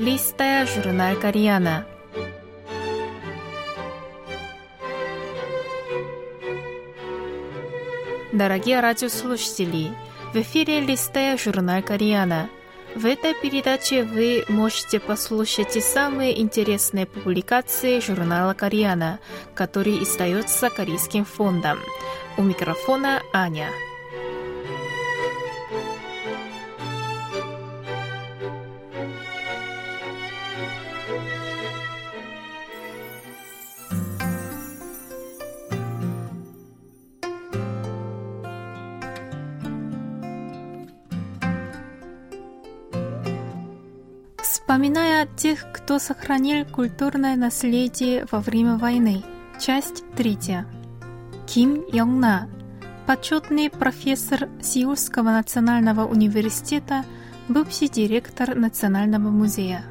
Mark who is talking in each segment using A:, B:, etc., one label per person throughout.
A: Листая журнал Кореяна. Дорогие радиослушатели, в эфире «Листая журнал Кореяна». В этой передаче вы можете послушать самые интересные публикации журнала Кореяна, который издается Корейским фондом. У микрофона Аня. Вспоминая тех, кто сохранил культурное наследие во время войны. Часть 3. Ким Йонг-на, почетный профессор Сеульского национального университета, бывший директор Национального музея.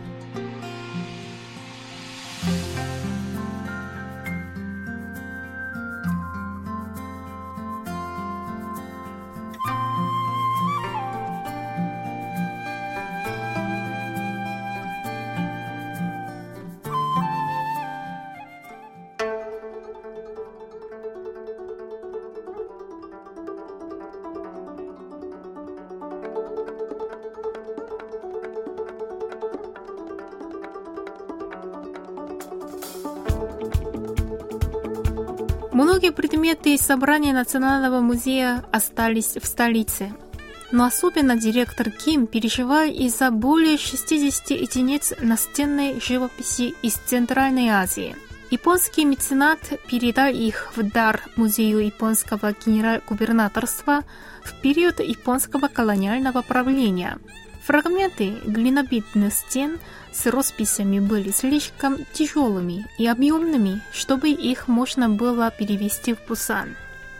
A: Многие предметы из собрания Национального музея остались в столице. Но особенно директор Ким переживает из-за более 60 единиц настенной живописи из Центральной Азии. Японский меценат передал их в дар Музею японского генерал-губернаторства в период японского колониального правления. Фрагменты глинобитных стен с росписями были слишком тяжелыми и объемными, чтобы их можно было перевезти в Пусан.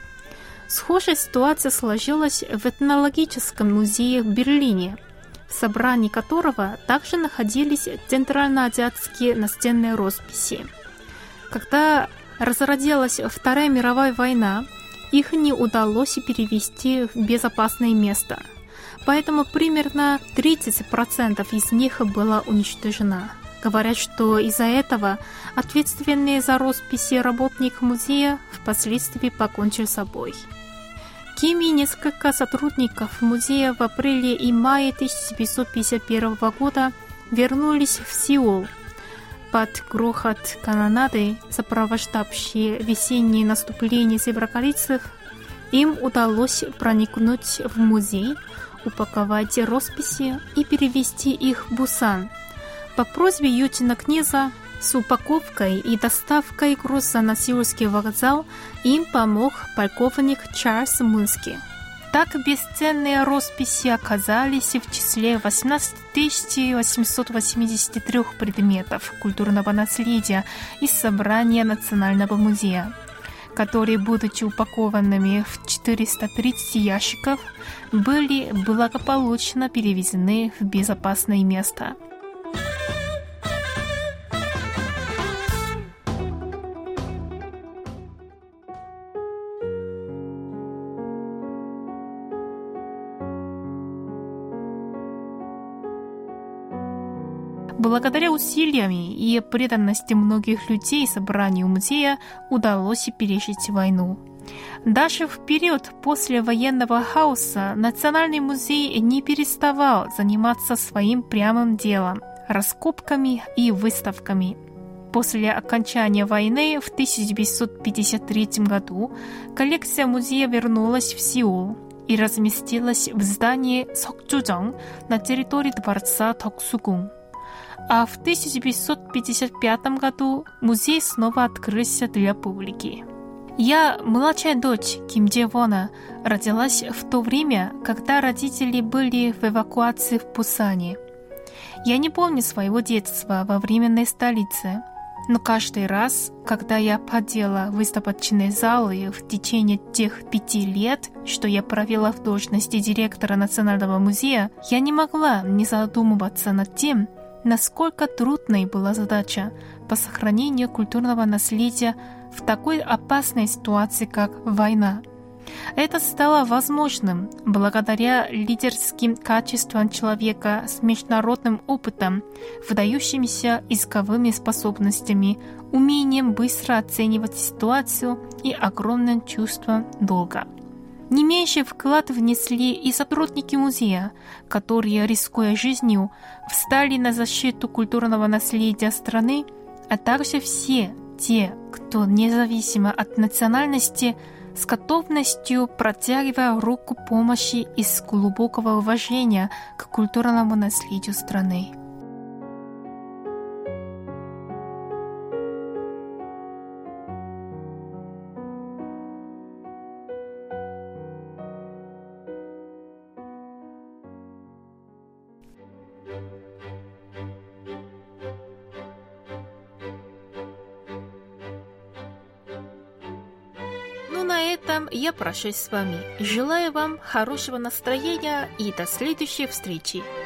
A: Схожая ситуация сложилась в этнологическом музее в Берлине, в собрании которого также находились центральноазиатские настенные росписи. Когда разразилась Вторая мировая война, их не удалось перевезти в безопасное место. Поэтому примерно 30% из них было уничтожено. Говорят, что из-за этого ответственный за росписи работник музея впоследствии покончил с собой. Ким и несколько сотрудников музея в апреле и мае 1951 года вернулись в Сеул. Под грохот канонады, сопровождавшие весеннее наступление северокорейцев, им удалось проникнуть в музей, упаковать росписи и перевезти их в Пусан. По просьбе Ютина князя с упаковкой и доставкой груза на Сеульский вокзал им помог полковник Чарльз Мунски. Так бесценные росписи оказались в числе 18 883 предметов культурного наследия из собрания Национального музея, которые, будучи упакованными в 430 ящиков, были благополучно перевезены в безопасное место. Благодаря усилиям и преданности многих людей собранию музея удалось пережить войну. Даже в период после военного хаоса Национальный музей не переставал заниматься своим прямым делом – раскопками и выставками. После окончания войны в 1953 году коллекция музея вернулась в Сеул и разместилась в здании Сокджужong на территории дворца Токсуgung. А в 1955 году музей снова открылся для публики. Я, младшая дочь Ким Джевона, родилась в то время, когда родители были в эвакуации в Пусане. Я не помню своего детства во временной столице, но каждый раз, когда я ходила в выставочные залы в течение тех 5 лет, что я провела в должности директора Национального музея, я не могла не задумываться над тем, насколько трудной была задача по сохранению культурного наследия в такой опасной ситуации, как война. Это стало возможным благодаря лидерским качествам человека с международным опытом, выдающимися языковыми способностями, умением быстро оценивать ситуацию и огромным чувством долга. Не меньший вклад внесли и сотрудники музея, которые, рискуя жизнью, встали на защиту культурного наследия страны, а также все те, кто независимо от национальности, с готовностью протягивая руку помощи из глубокого уважения к культурному наследию страны. На этом я прощаюсь с вами. Желаю вам хорошего настроения и до следующей встречи.